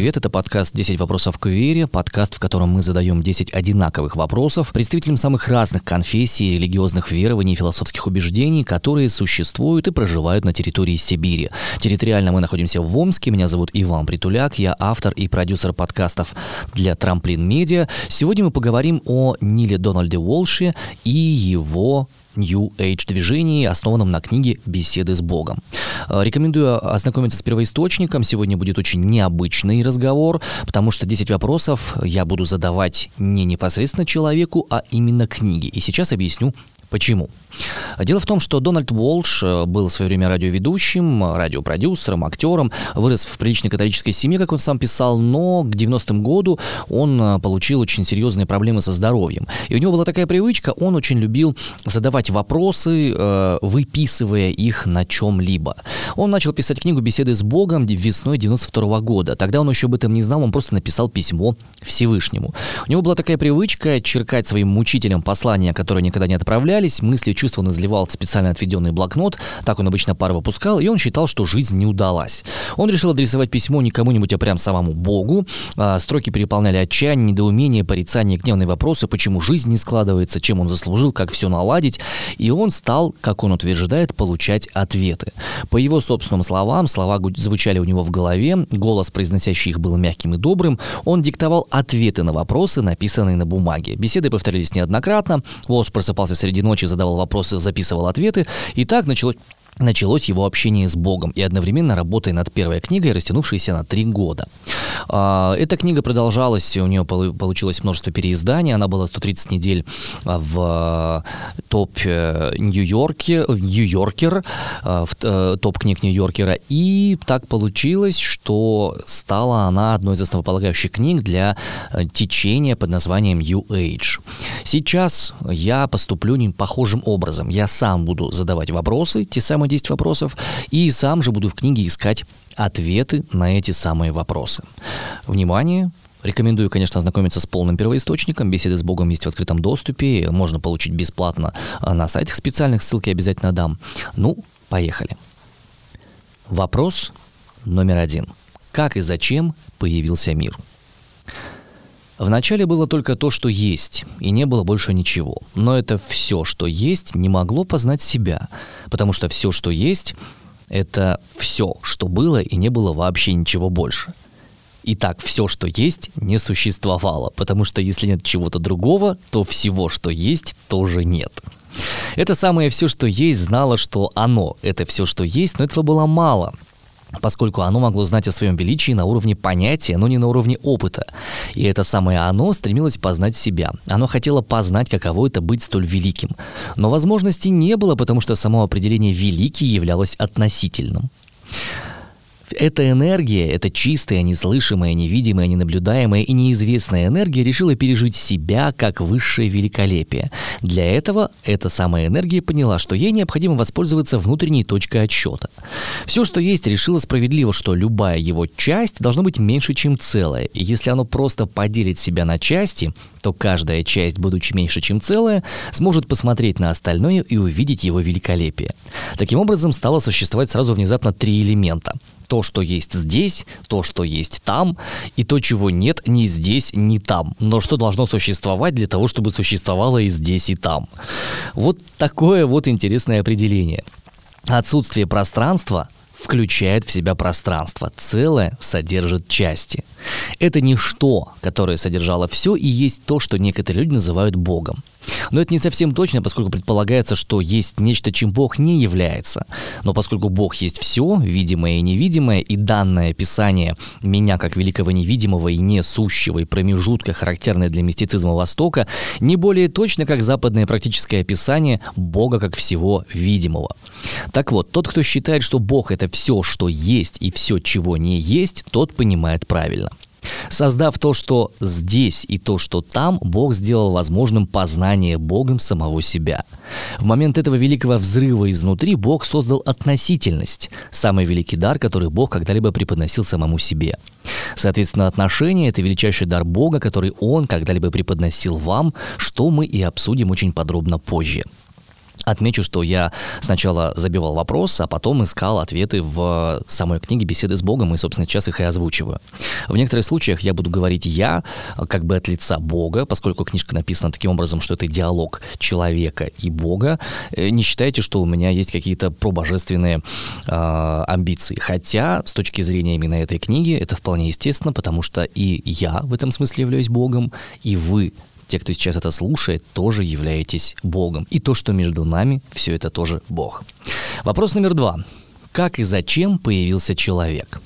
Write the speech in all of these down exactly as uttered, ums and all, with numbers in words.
привет! Это подкаст «десять вопросов к вере», подкаст, в котором мы задаем десять одинаковых вопросов представителям самых разных конфессий, религиозных верований и философских убеждений, которые существуют и проживают на территории Сибири. Территориально мы находимся в Омске, меня зовут Иван Притуляк, я автор и продюсер подкастов для Трамплин Медиа. Сегодня мы поговорим о Ниле Дональде Уолше и его New Age движении, основанном на книге «Беседы с Богом». Рекомендую ознакомиться с первоисточником. Сегодня будет очень необычный разговор, потому что десять вопросов я буду задавать не непосредственно человеку, а именно книге. И сейчас объясню, почему. Дело в том, что Дональд Уолш был в свое время радиоведущим, радиопродюсером, актером, вырос в приличной католической семье, как он сам писал, но к девяностым году он получил очень серьезные проблемы со здоровьем. И у него была такая привычка, он очень любил задавать вопросы, выписывая их на чем-либо. Он начал писать книгу «Беседы с Богом» весной девяносто второго года. Тогда он еще об этом не знал, он просто написал письмо Всевышнему. У него была такая привычка черкать своим мучителям послания, которые никогда не отправляли, мысли и чувства он изливал в специально отведенный блокнот, так он обычно пары выпускал, и он считал, что жизнь не удалась. Он решил адресовать письмо не кому-нибудь, а прям самому Богу. А, строки переполняли отчаяние, недоумение, порицание, гневные вопросы, почему жизнь не складывается, чем он заслужил, как все наладить, и он стал, как он утверждает, получать ответы. По его собственным словам, слова звучали у него в голове, голос, произносящий их, был мягким и добрым, он диктовал ответы на вопросы, написанные на бумаге. Беседы повторились неоднократно, Уолш просыпался среди ночи, задавал вопросы, записывал ответы, и так началось... Началось его общение с Богом и одновременно работая над первой книгой, растянувшейся на три года. Эта книга продолжалась, у нее получилось множество переизданий, она была сто тридцать недель в топ Нью-Йорке, в Нью-Йоркер, в топ книг Нью-Йоркера, и так получилось, что стала она одной из основополагающих книг для течения под названием New Age. Сейчас я поступлю похожим образом. Я сам буду задавать вопросы, те самые десять вопросов, и сам же буду в книге искать ответы на эти самые вопросы. Внимание! Рекомендую, конечно, ознакомиться с полным первоисточником. «Беседы с Богом» есть в открытом доступе. Можно получить бесплатно на сайтах специальных. Ссылки обязательно дам. Ну, поехали. Вопрос номер один. Как и зачем появился мир? Вначале было только то, что есть, и не было больше ничего. Но это все, что есть, не могло познать себя, потому что все, что есть, это все, что было, и не было вообще ничего больше. Итак, все, что есть, не существовало, потому что если нет чего-то другого, то всего, что есть, тоже нет. Это самое все, что есть, знало, что оно – это все, что есть, но этого было мало, поскольку оно могло знать о своем величии на уровне понятия, но не на уровне опыта. И это самое оно стремилось познать себя. Оно хотело познать, каково это быть столь великим. Но возможности не было, потому что само определение «великий» являлось относительным. Эта энергия, эта чистая, неслышимая, невидимая, ненаблюдаемая и неизвестная энергия решила пережить себя как высшее великолепие. Для этого эта самая энергия поняла, что ей необходимо воспользоваться внутренней точкой отсчета. Все, что есть, решило справедливо, что любая его часть должна быть меньше, чем целое. И если оно просто поделит себя на части, то каждая часть, будучи меньше, чем целое, сможет посмотреть на остальное и увидеть его великолепие. Таким образом, стало существовать сразу внезапно три элемента. То, что есть здесь, то, что есть там, и то, чего нет ни здесь, ни там. Но что должно существовать для того, чтобы существовало и здесь, и там. Вот такое вот интересное определение. Отсутствие пространства включает в себя пространство. Целое содержит части. Это ничто, которое содержало все, и есть то, что некоторые люди называют Богом. Но это не совсем точно, поскольку предполагается, что есть нечто, чем Бог не является. Но поскольку Бог есть все, видимое и невидимое, и данное описание меня как великого невидимого и несущего и промежутка, характерное для мистицизма Востока, не более точно, как западное практическое описание Бога как всего видимого. Так вот, тот, кто считает, что Бог — это все, что есть, и все, чего не есть, тот понимает правильно. Создав то, что здесь, и то, что там, Бог сделал возможным познание Богом самого себя. В момент этого великого взрыва изнутри Бог создал относительность, самый великий дар, который Бог когда-либо преподносил самому себе. Соответственно, отношения — это величайший дар Бога, который Он когда-либо преподносил вам, что мы и обсудим очень подробно позже. Отмечу, что я сначала забивал вопросы, а потом искал ответы в самой книге «Беседы с Богом», и, собственно, сейчас их и озвучиваю. В некоторых случаях я буду говорить «я», как бы от лица Бога, поскольку книжка написана таким образом, что это диалог человека и Бога. Не считайте, что у меня есть какие-то пробожественные э, амбиции. Хотя, с точки зрения именно этой книги, это вполне естественно, потому что и я в этом смысле являюсь Богом, и вы, те, кто сейчас это слушает, тоже являетесь Богом. И то, что между нами, все это тоже Бог. Вопрос номер два. Как и зачем появился человек?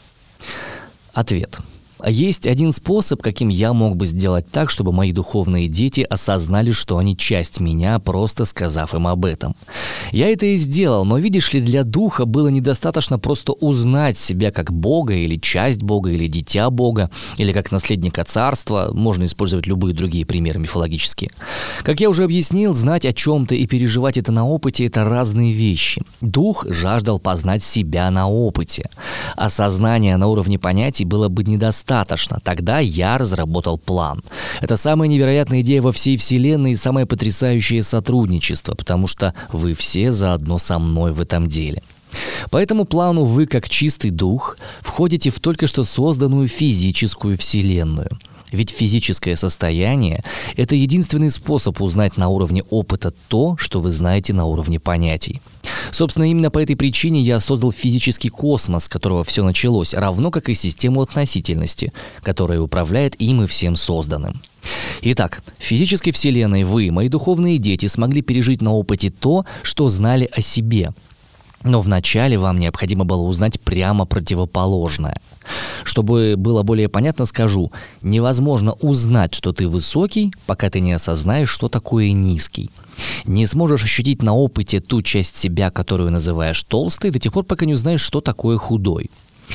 Ответ. Есть один способ, каким я мог бы сделать так, чтобы мои духовные дети осознали, что они часть меня, просто сказав им об этом. Я это и сделал, но, видишь ли, для духа было недостаточно просто узнать себя как Бога, или часть Бога, или дитя Бога, или как наследника царства. Можно использовать любые другие примеры мифологические. Как я уже объяснил, знать о чем-то и переживать это на опыте – это разные вещи. Дух жаждал познать себя на опыте. Осознание на уровне понятий было бы недостаточно. Достаточно. Тогда я разработал план. Это самая невероятная идея во всей Вселенной и самое потрясающее сотрудничество, потому что вы все заодно со мной в этом деле. По этому плану вы, как чистый дух, входите в только что созданную физическую Вселенную. Ведь физическое состояние – это единственный способ узнать на уровне опыта то, что вы знаете на уровне понятий. Собственно, именно по этой причине я создал физический космос, с которого все началось, равно как и систему относительности, которая управляет им и всем созданным. Итак, в физической Вселенной вы, мои духовные дети, смогли пережить на опыте то, что знали о себе. Но вначале вам необходимо было узнать прямо противоположное. Чтобы было более понятно, скажу, невозможно узнать, что ты высокий, пока ты не осознаешь, что такое низкий. Не сможешь ощутить на опыте ту часть себя, которую называешь толстой, до тех пор, пока не узнаешь, что такое худой.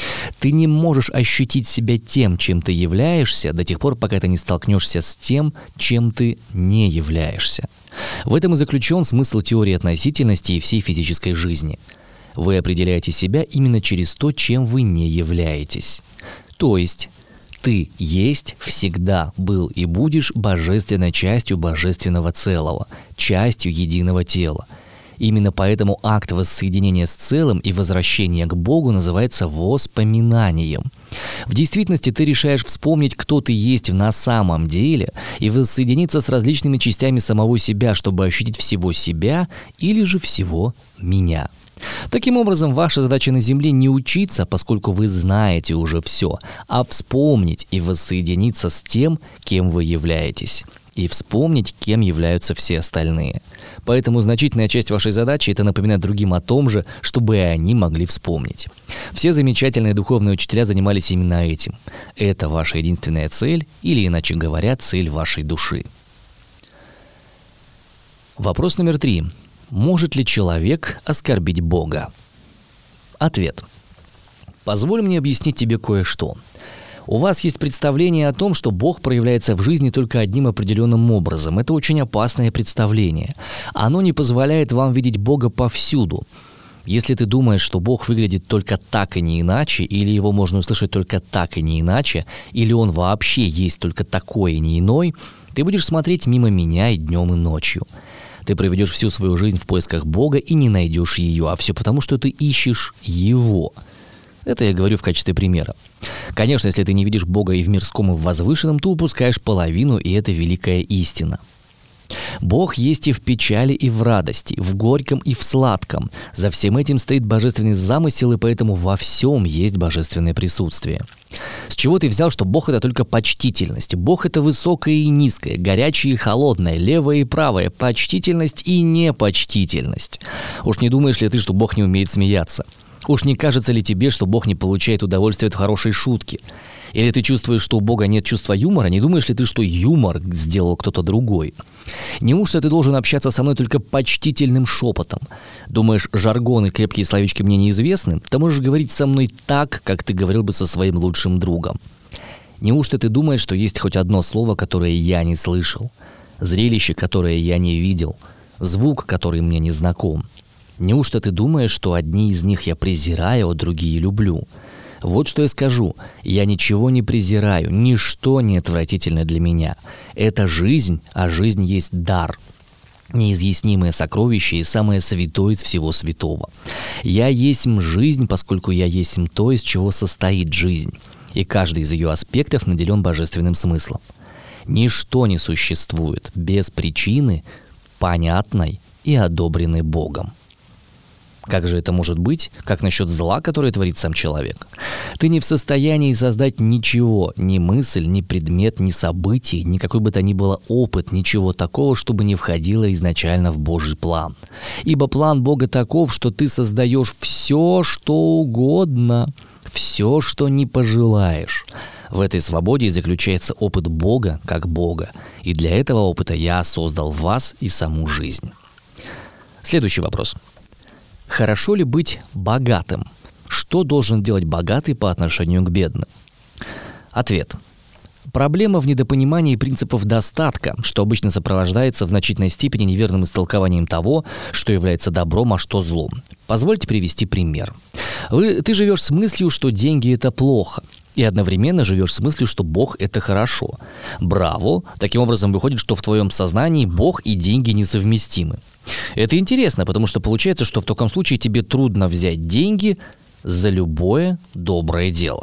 Ты не можешь ощутить себя тем, чем ты являешься, до тех пор, пока ты не столкнешься с тем, чем ты не являешься. В этом и заключен смысл теории относительности и всей физической жизни. Вы определяете себя именно через то, чем вы не являетесь. То есть ты есть, всегда был и будешь божественной частью божественного целого, частью единого тела. Именно поэтому акт воссоединения с целым и возвращения к Богу называется воспоминанием. В действительности ты решаешь вспомнить, кто ты есть на самом деле, и воссоединиться с различными частями самого себя, чтобы ощутить всего себя или же всего меня. Таким образом, ваша задача на Земле не учиться, поскольку вы знаете уже все, а вспомнить и воссоединиться с тем, кем вы являетесь. И вспомнить, кем являются все остальные. Поэтому значительная часть вашей задачи – это напоминать другим о том же, чтобы и они могли вспомнить. Все замечательные духовные учителя занимались именно этим. Это ваша единственная цель, или, иначе говоря, цель вашей души. Вопрос номер три. Может ли человек оскорбить Бога? Ответ. Позволь мне объяснить тебе кое-что. У вас есть представление о том, что Бог проявляется в жизни только одним определенным образом. Это очень опасное представление. Оно не позволяет вам видеть Бога повсюду. Если ты думаешь, что Бог выглядит только так и не иначе, или его можно услышать только так и не иначе, или он вообще есть только такой и не иной, ты будешь смотреть мимо меня и днем, и ночью. Ты проведешь всю свою жизнь в поисках Бога и не найдешь ее, а все потому, что ты ищешь Его. Это я говорю в качестве примера. Конечно, если ты не видишь Бога и в мирском, и в возвышенном, то упускаешь половину, и это великая истина. Бог есть и в печали, и в радости, в горьком и в сладком. За всем этим стоит божественный замысел, и поэтому во всем есть божественное присутствие. С чего ты взял, что Бог — это только почтительность? Бог — это высокое и низкое, горячее и холодное, левое и правое, почтительность и непочтительность. Уж не думаешь ли ты, что Бог не умеет смеяться? Уж не кажется ли тебе, что Бог не получает удовольствия от хорошей шутки? Или ты чувствуешь, что у Бога нет чувства юмора? Не думаешь ли ты, что юмор сделал кто-то другой? Неужто ты должен общаться со мной только почтительным шепотом? Думаешь, жаргон и крепкие словечки мне неизвестны? Ты можешь говорить со мной так, как ты говорил бы со своим лучшим другом. Неужто ты думаешь, что есть хоть одно слово, которое я не слышал? Зрелище, которое я не видел? Звук, который мне не знаком? Неужто ты думаешь, что одни из них я презираю, а другие люблю? Вот что я скажу. Я ничего не презираю, ничто не отвратительно для меня. Это жизнь, а жизнь есть дар. неизъяснимое сокровище и самое святое из всего святого. Я есмь жизнь, поскольку я есмь то, из чего состоит жизнь, и каждый из ее аспектов наделен божественным смыслом. Ничто не существует без причины, понятной и одобренной Богом. Как же это может быть? Как насчет зла, которое творит сам человек? Ты не в состоянии создать ничего, ни мысль, ни предмет, ни событие, ни какой бы то ни было опыт, ничего такого, чтобы не входило изначально в Божий план. Ибо план Бога таков, что ты создаешь все, что угодно, все, что не пожелаешь. В этой свободе и заключается опыт Бога как Бога. И для этого опыта я создал вас и саму жизнь. Следующий вопрос. Хорошо ли быть богатым? Что должен делать богатый по отношению к бедным? Ответ. Проблема в недопонимании принципов достатка, что обычно сопровождается в значительной степени неверным истолкованием того, что является добром, а что злом. Позвольте привести пример. Вы, ты живешь с мыслью, что деньги – это плохо, и одновременно живешь с мыслью, что Бог – это хорошо. Браво! Таким образом, выходит, что в твоем сознании Бог и деньги несовместимы. Это интересно, потому что получается, что в таком случае тебе трудно взять деньги за любое доброе дело.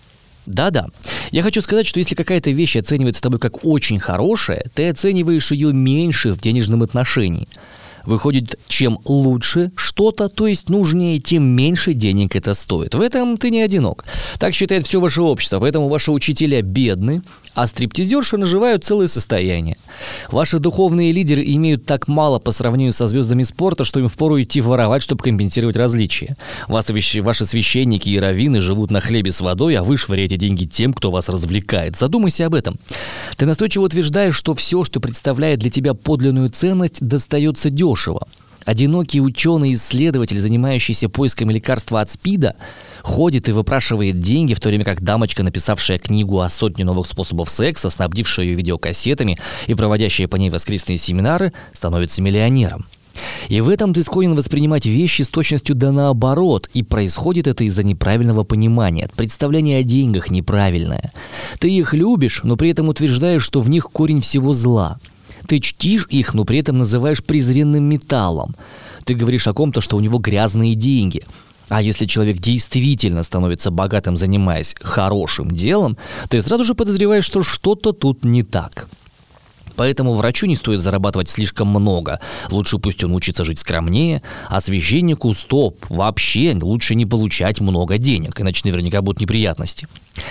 Да-да. Я хочу сказать, что если какая-то вещь оценивается тобой как очень хорошая, ты оцениваешь ее меньше в денежном отношении. Выходит, чем лучше что-то, то есть нужнее, тем меньше денег это стоит. В этом ты не одинок. Так считает все ваше общество, поэтому ваши учителя бедны, а стриптизерши наживают целое состояние. Ваши духовные лидеры имеют так мало по сравнению со звездами спорта, что им впору идти воровать, чтобы компенсировать различия. Ваши, ваши священники и раввины живут на хлебе с водой, а вы швыряете деньги тем, кто вас развлекает. Задумайся об этом. Ты настойчиво утверждаешь, что все, что представляет для тебя подлинную ценность, достается дешево. Одинокий ученый-исследователь, занимающийся поисками лекарства от СПИДа, ходит и выпрашивает деньги, в то время как дамочка, написавшая книгу о сотне новых способов секса, снабдившая ее видеокассетами и проводящая по ней воскресные семинары, становится миллионером. И в этом ты склонен воспринимать вещи с точностью да наоборот, и происходит это из-за неправильного понимания, представление о деньгах неправильное. Ты их любишь, но при этом утверждаешь, что в них корень всего зла. Ты чтишь их, но при этом называешь презренным металлом. Ты говоришь о ком-то, что у него грязные деньги. А если человек действительно становится богатым, занимаясь хорошим делом, ты сразу же подозреваешь, что что-то тут не так. Поэтому врачу не стоит зарабатывать слишком много. Лучше пусть он учится жить скромнее, а священнику стоп. Вообще лучше не получать много денег, иначе наверняка будут неприятности.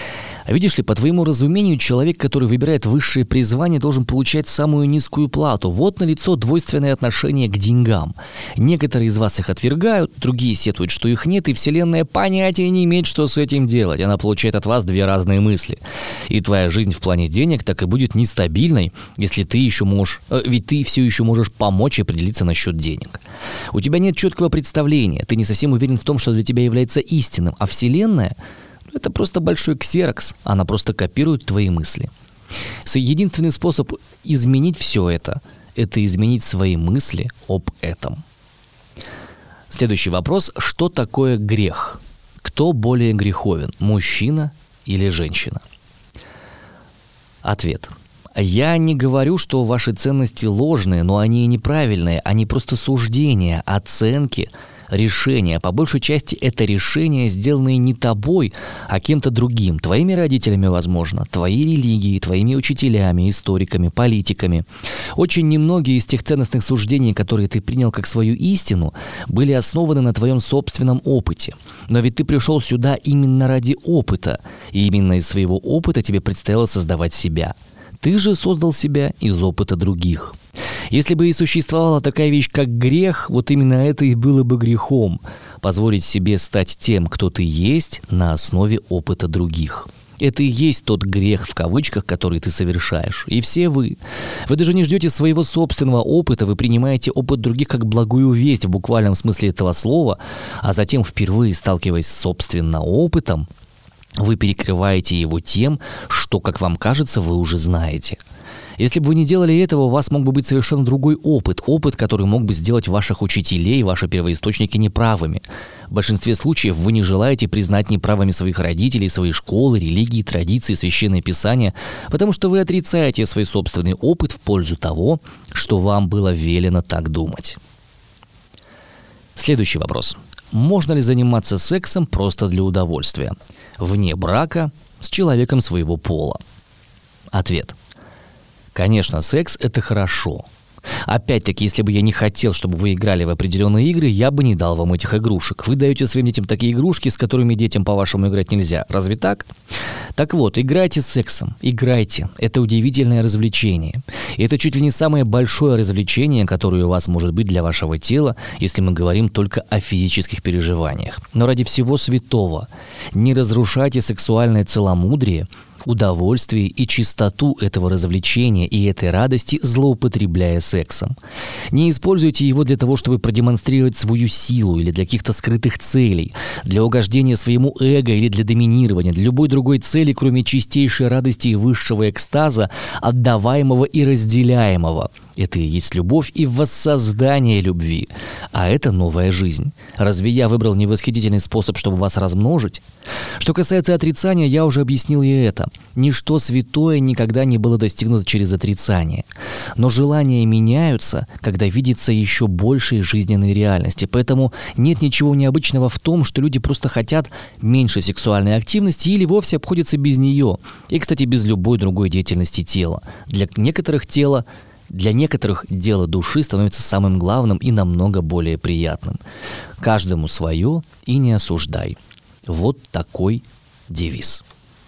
А видишь ли, по твоему разумению, человек, который выбирает высшее призвание, должен получать самую низкую плату. Вот налицо двойственное отношение к деньгам. Некоторые из вас их отвергают, другие сетуют, что их нет, и Вселенная понятия не имеет, что с этим делать. Она получает от вас две разные мысли. И твоя жизнь в плане денег так и будет нестабильной, если ты еще можешь... Э, ведь ты все еще можешь помочь определиться насчет денег. У тебя нет четкого представления, ты не совсем уверен в том, что для тебя является истинным, а Вселенная... Это просто большой ксерокс, она просто копирует твои мысли. Единственный способ изменить все это – это изменить свои мысли об этом. Следующий вопрос. Что такое грех? Кто более греховен, мужчина или женщина? Ответ. Я не говорю, что ваши ценности ложные, но они и неправильные. Они просто суждения, оценки, решения. По большей части это решения, сделанные не тобой, а кем-то другим. Твоими родителями, возможно, твоей религией, твоими учителями, историками, политиками. Очень немногие из тех ценностных суждений, которые ты принял как свою истину, были основаны на твоем собственном опыте. Но ведь ты пришел сюда именно ради опыта, и именно из своего опыта тебе предстояло создавать себя. Ты же создал себя из опыта других. Если бы и существовала такая вещь, как грех, вот именно это и было бы грехом – позволить себе стать тем, кто ты есть, на основе опыта других. Это и есть тот грех, в кавычках, который ты совершаешь. И все вы. Вы даже не ждете своего собственного опыта, вы принимаете опыт других как благую весть в буквальном смысле этого слова, а затем, впервые сталкиваясь с собственным опытом, вы перекрываете его тем, что, как вам кажется, вы уже знаете. Если бы вы не делали этого, у вас мог бы быть совершенно другой опыт, опыт, который мог бы сделать ваших учителей, ваши первоисточники неправыми. В большинстве случаев вы не желаете признать неправыми своих родителей, свои школы, религии, традиции, священное писание, потому что вы отрицаете свой собственный опыт в пользу того, что вам было велено так думать. Следующий вопрос. Можно ли заниматься сексом просто для удовольствия, вне брака, с человеком своего пола? Ответ. Конечно, секс – это хорошо. Опять-таки, если бы я не хотел, чтобы вы играли в определенные игры, я бы не дал вам этих игрушек. Вы даете своим детям такие игрушки, с которыми детям, по-вашему, играть нельзя. Разве так? Так вот, играйте с сексом. Играйте. Это удивительное развлечение. И это чуть ли не самое большое развлечение, которое у вас может быть для вашего тела, если мы говорим только о физических переживаниях. Но ради всего святого, не разрушайте сексуальное целомудрие, удовольствие и чистоту этого развлечения и этой радости, злоупотребляя сексом. Не используйте его для того, чтобы продемонстрировать свою силу или для каких-то скрытых целей, для угождения своему эго или для доминирования, для любой другой цели, кроме чистейшей радости и высшего экстаза, отдаваемого и разделяемого. Это и есть любовь и воссоздание любви. А это новая жизнь. Разве я выбрал невосхитительный способ, чтобы вас размножить? Что касается отрицания, я уже объяснил и это. Ничто святое никогда не было достигнуто через отрицание. Но желания меняются, когда видится еще большей жизненной реальности. Поэтому нет ничего необычного в том, что люди просто хотят меньше сексуальной активности или вовсе обходятся без нее. И, кстати, без любой другой деятельности тела. Для некоторых тела Для некоторых дело души становится самым главным и намного более приятным. Каждому свое и не осуждай. Вот такой девиз.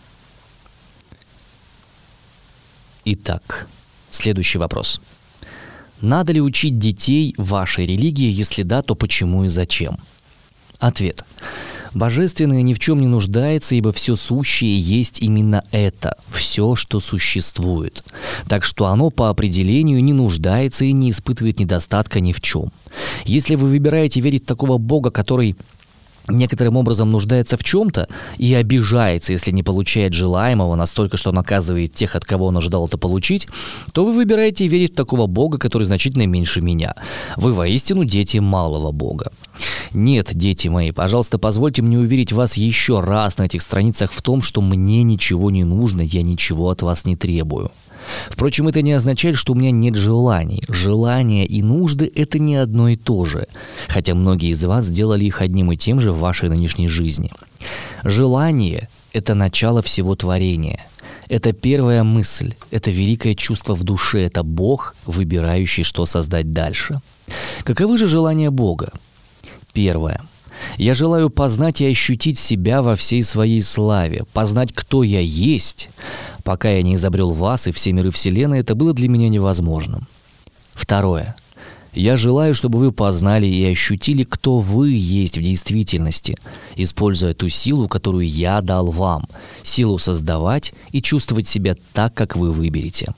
Итак, следующий вопрос. Надо ли учить детей вашей религии? Если да, то почему и зачем? Ответ. Божественное ни в чем не нуждается, ибо все сущее есть именно это, все, что существует. Так что оно по определению не нуждается и не испытывает недостатка ни в чем. Если вы выбираете верить в такого Бога, который некоторым образом нуждается в чем-то и обижается, если не получает желаемого настолько, что наказывает тех, от кого он ожидал это получить, то вы выбираете верить в такого Бога, который значительно меньше меня. Вы воистину дети малого Бога. Нет, дети мои, пожалуйста, позвольте мне уверить вас еще раз на этих страницах в том, что мне ничего не нужно, я ничего от вас не требую. Впрочем, это не означает, что у меня нет желаний. Желания и нужды – это не одно и то же, хотя многие из вас сделали их одним и тем же в вашей нынешней жизни. Желание – это начало всего творения. Это первая мысль, это великое чувство в душе, это Бог, выбирающий, что создать дальше. Каковы же желания Бога? Первое. Я желаю познать и ощутить себя во всей своей славе, познать, кто я есть. Пока я не изобрел вас и все миры Вселенной, это было для меня невозможным. Второе. Я желаю, чтобы вы познали и ощутили, кто вы есть в действительности, используя ту силу, которую я дал вам, силу создавать и чувствовать себя так, как вы выберете.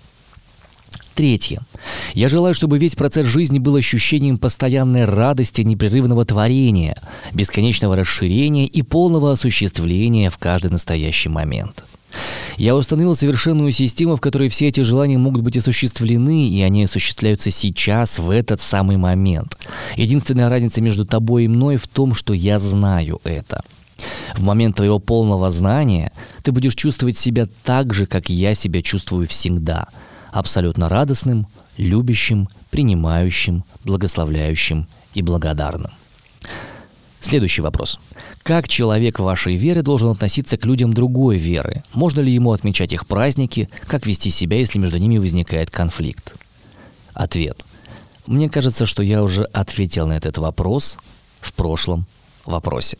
Третье. Я желаю, чтобы весь процесс жизни был ощущением постоянной радости, непрерывного творения, бесконечного расширения и полного осуществления в каждый настоящий момент. Я установил совершенную систему, в которой все эти желания могут быть осуществлены, и они осуществляются сейчас, в этот самый момент. Единственная разница между тобой и мной в том, что я знаю это. В момент твоего полного знания ты будешь чувствовать себя так же, как я себя чувствую всегда. Абсолютно радостным, любящим, принимающим, благословляющим и благодарным. Следующий вопрос. Как человек вашей веры должен относиться к людям другой веры? Можно ли ему отмечать их праздники? Как вести себя, если между ними возникает конфликт? Ответ. Мне кажется, что я уже ответил на этот вопрос в прошлом вопросе.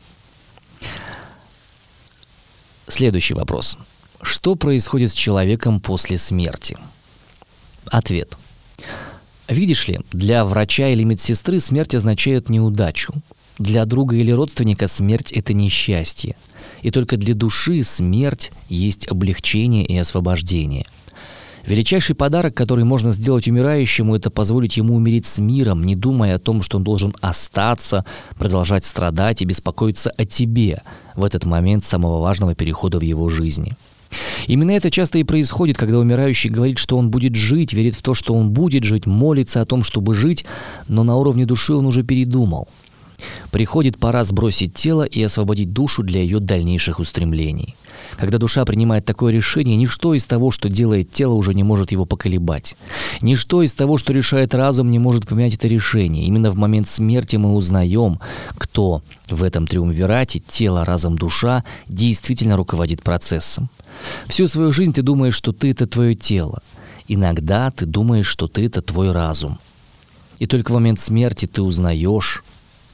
Следующий вопрос. Что происходит с человеком после смерти? Ответ. Видишь ли, для врача или медсестры смерть означает неудачу. Для друга или родственника смерть – это несчастье. И только для души смерть есть облегчение и освобождение. Величайший подарок, который можно сделать умирающему, это позволить ему умереть с миром, не думая о том, что он должен остаться, продолжать страдать и беспокоиться о тебе в этот момент самого важного перехода в его жизни. Именно это часто и происходит, когда умирающий говорит, что он будет жить, верит в то, что он будет жить, молится о том, чтобы жить, но на уровне души он уже передумал. Приходит пора сбросить тело и освободить душу для ее дальнейших устремлений. Когда душа принимает такое решение, ничто из того, что делает тело, уже не может его поколебать. Ничто из того, что решает разум, не может поменять это решение. Именно в момент смерти мы узнаем, кто в этом триумвирате, тело, разум, душа, действительно руководит процессом. Всю свою жизнь ты думаешь, что ты — это твое тело. Иногда ты думаешь, что ты — это твой разум. И только в момент смерти ты узнаешь,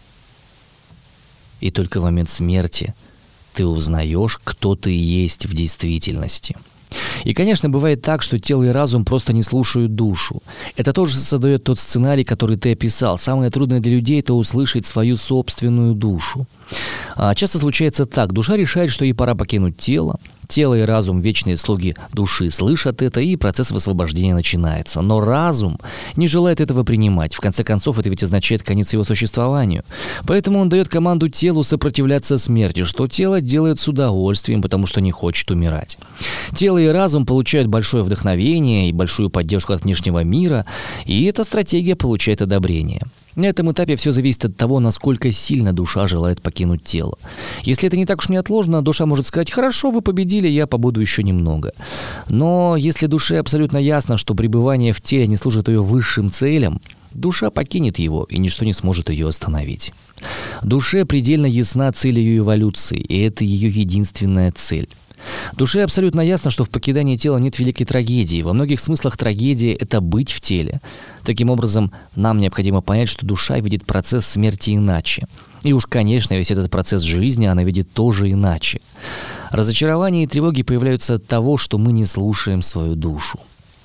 и только в момент смерти ты узнаешь, кто ты есть в действительности. И, конечно, бывает так, что тело и разум просто не слушают душу. Это тоже создает тот сценарий, который ты описал. Самое трудное для людей — это услышать свою собственную душу. А часто случается так. Душа решает, что ей пора покинуть тело. Тело и разум, вечные слуги души, слышат это, и процесс высвобождения начинается. Но разум не желает этого принимать. В конце концов, это ведь означает конец его существованию. Поэтому он дает команду телу сопротивляться смерти, что тело делает с удовольствием, потому что не хочет умирать. Тело и разум получают большое вдохновение и большую поддержку от внешнего мира, и эта стратегия получает одобрение. На этом этапе все зависит от того, насколько сильно душа желает покинуть тело. Если это не так уж неотложно, душа может сказать: «Хорошо, вы победили, я побуду еще немного». Но если душе абсолютно ясно, что пребывание в теле не служит ее высшим целям, душа покинет его, и ничто не сможет ее остановить. Душе предельно ясна цель ее эволюции, и это ее единственная цель. Душе абсолютно ясно, что в покидании тела нет великой трагедии. Во многих смыслах трагедия — это быть в теле. Таким образом, нам необходимо понять, что душа видит процесс смерти иначе. И уж, конечно, весь этот процесс жизни она видит тоже иначе. Разочарование и тревоги появляются от того, что мы не слушаем свою душу.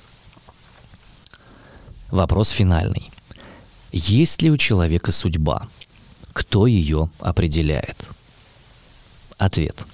Вопрос финальный. Есть ли у человека судьба? Кто ее определяет? Ответ.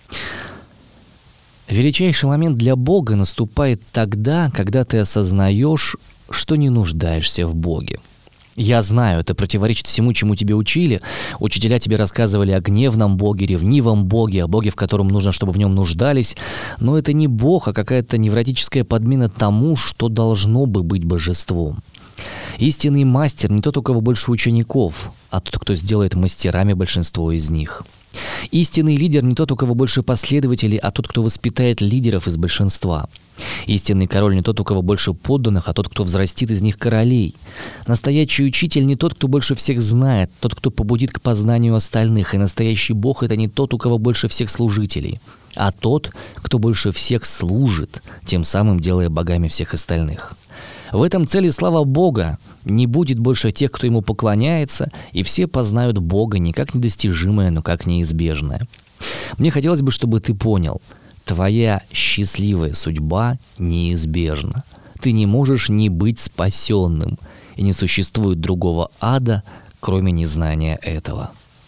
Величайший момент для Бога наступает тогда, когда ты осознаешь, что не нуждаешься в Боге. Я знаю, это противоречит всему, чему тебе учили. Учителя тебе рассказывали о гневном Боге, ревнивом Боге, о Боге, в котором нужно, чтобы в нем нуждались. Но это не Бог, а какая-то невротическая подмена тому, что должно бы быть божеством. Истинный мастер не тот, у кого больше учеников, а тот, кто сделает мастерами большинство из них. Истинный лидер не тот, у кого больше последователей, а тот, кто воспитает лидеров из большинства. Истинный король не тот, у кого больше подданных, а тот, кто взрастит из них королей. Настоящий учитель не тот, кто больше всех знает, тот, кто побудит к познанию остальных. И настоящий Бог — это не тот, у кого больше всех служителей, а тот, кто больше всех служит, тем самым делая богами всех остальных. В этом цели слава Бога. Не будет больше тех, кто ему поклоняется, и все познают Бога не как недостижимое, но как неизбежное. Мне хотелось бы, чтобы ты понял, твоя счастливая судьба неизбежна. Ты не можешь не быть спасенным, и не существует другого ада, кроме незнания этого.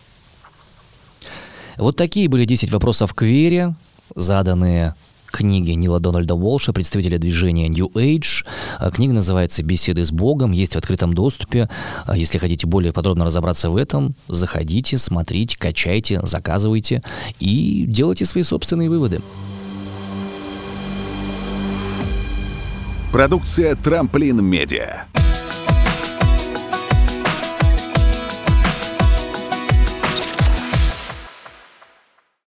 Вот такие были десять вопросов к вере, заданные книги Нила Дональда Волша, представителя движения New Age. Книга называется «Беседы с Богом», есть в открытом доступе. Если хотите более подробно разобраться в этом, заходите, смотрите, качайте, заказывайте и делайте свои собственные выводы. Продукция «Трамплин Медиа».